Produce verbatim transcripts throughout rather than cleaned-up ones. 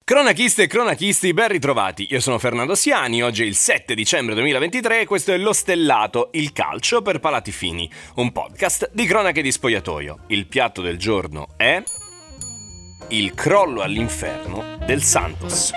Cronachiste e cronachisti, ben ritrovati. Io sono Fernando Siani, oggi è il sette dicembre duemilaventitré e questo è Lo Stellato, il calcio per palati fini, un podcast di cronache di spogliatoio. Il piatto del giorno è il crollo all'inferno del Santos.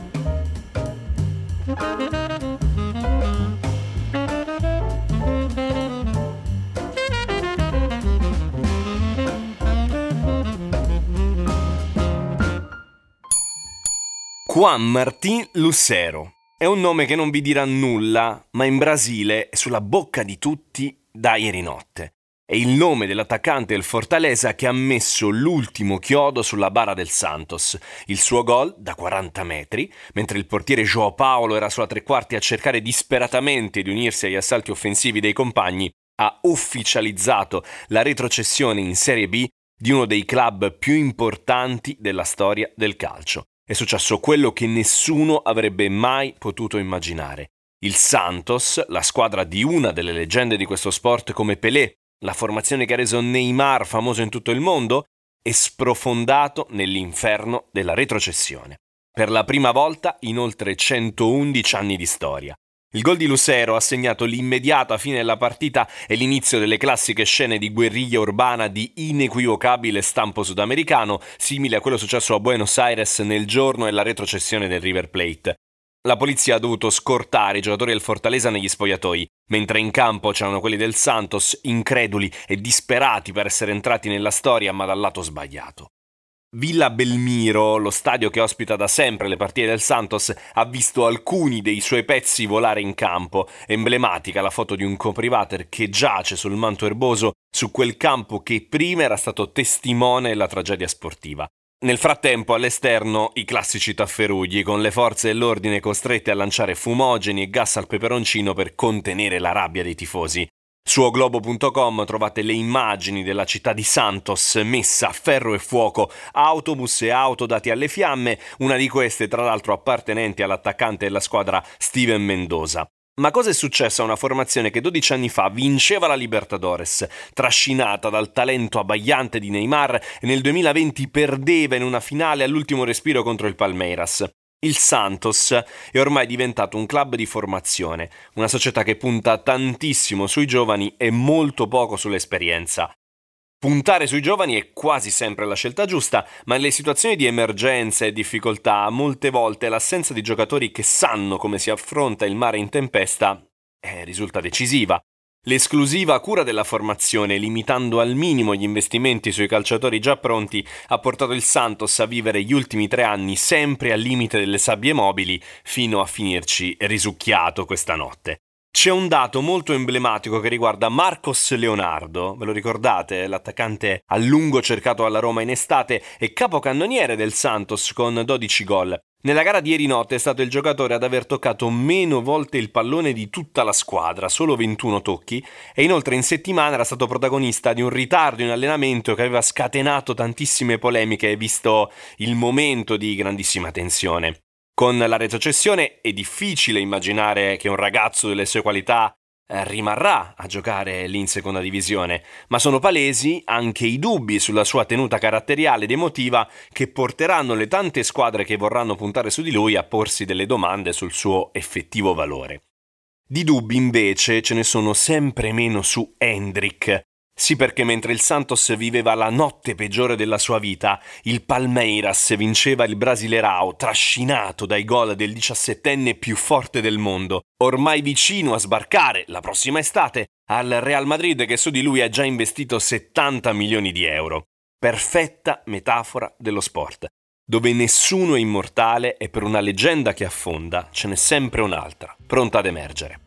Juan Martín Lucero è un nome che non vi dirà nulla, ma in Brasile è sulla bocca di tutti da ieri notte. È il nome dell'attaccante del Fortaleza che ha messo l'ultimo chiodo sulla bara del Santos. Il suo gol da quaranta metri, mentre il portiere João Paulo era sulla tre quarti a cercare disperatamente di unirsi agli assalti offensivi dei compagni, ha ufficializzato la retrocessione in Serie B di uno dei club più importanti della storia del calcio. È successo quello che nessuno avrebbe mai potuto immaginare. Il Santos, la squadra di una delle leggende di questo sport come Pelé, la formazione che ha reso Neymar famoso in tutto il mondo, è sprofondato nell'inferno della retrocessione. Per la prima volta in oltre centoundici anni di storia. Il gol di Lucero ha segnato l'immediata fine della partita e l'inizio delle classiche scene di guerriglia urbana di inequivocabile stampo sudamericano, simile a quello successo a Buenos Aires nel giorno della retrocessione del River Plate. La polizia ha dovuto scortare i giocatori del Fortaleza negli spogliatoi, mentre in campo c'erano quelli del Santos, increduli e disperati per essere entrati nella storia, ma dal lato sbagliato. Villa Belmiro, lo stadio che ospita da sempre le partite del Santos, ha visto alcuni dei suoi pezzi volare in campo. Emblematica la foto di un coprivater che giace sul manto erboso su quel campo che prima era stato testimone della tragedia sportiva. Nel frattempo, all'esterno, i classici tafferugli, con le forze dell'ordine costrette a lanciare fumogeni e gas al peperoncino per contenere la rabbia dei tifosi. Su oglobo punto com trovate le immagini della città di Santos messa a ferro e fuoco, autobus e auto dati alle fiamme, una di queste tra l'altro appartenente all'attaccante della squadra Steven Mendoza. Ma cosa è successo a una formazione che dodici anni fa vinceva la Libertadores, trascinata dal talento abbagliante di Neymar e nel duemilaventi perdeva in una finale all'ultimo respiro contro il Palmeiras? Il Santos è ormai diventato un club di formazione, una società che punta tantissimo sui giovani e molto poco sull'esperienza. Puntare sui giovani è quasi sempre la scelta giusta, ma nelle situazioni di emergenza e difficoltà, molte volte l'assenza di giocatori che sanno come si affronta il mare in tempesta eh, risulta decisiva. L'esclusiva cura della formazione, limitando al minimo gli investimenti sui calciatori già pronti, ha portato il Santos a vivere gli ultimi tre anni sempre al limite delle sabbie mobili, fino a finirci risucchiato questa notte. C'è un dato molto emblematico che riguarda Marcos Leonardo, ve lo ricordate? L'attaccante a lungo cercato alla Roma in estate e capocannoniere del Santos con dodici gol. Nella gara di ieri notte è stato il giocatore ad aver toccato meno volte il pallone di tutta la squadra, solo ventuno tocchi, e inoltre in settimana era stato protagonista di un ritardo in allenamento che aveva scatenato tantissime polemiche, visto il momento di grandissima tensione. Con la retrocessione è difficile immaginare che un ragazzo delle sue qualità eh, rimarrà a giocare lì in seconda divisione, ma sono palesi anche i dubbi sulla sua tenuta caratteriale ed emotiva che porteranno le tante squadre che vorranno puntare su di lui a porsi delle domande sul suo effettivo valore. Di dubbi invece ce ne sono sempre meno su Endrick. Sì, perché mentre il Santos viveva la notte peggiore della sua vita, il Palmeiras vinceva il Brasileirão trascinato dai gol del diciassettenne più forte del mondo, ormai vicino a sbarcare la prossima estate al Real Madrid che su di lui ha già investito settanta milioni di euro. Perfetta metafora dello sport, dove nessuno è immortale e per una leggenda che affonda ce n'è sempre un'altra, pronta ad emergere.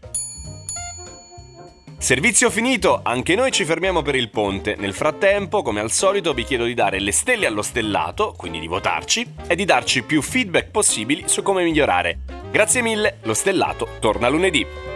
Servizio finito, anche noi ci fermiamo per il ponte. Nel frattempo, come al solito, vi chiedo di dare le stelle allo stellato, quindi di votarci, e di darci più feedback possibili su come migliorare. Grazie mille, lo stellato torna lunedì.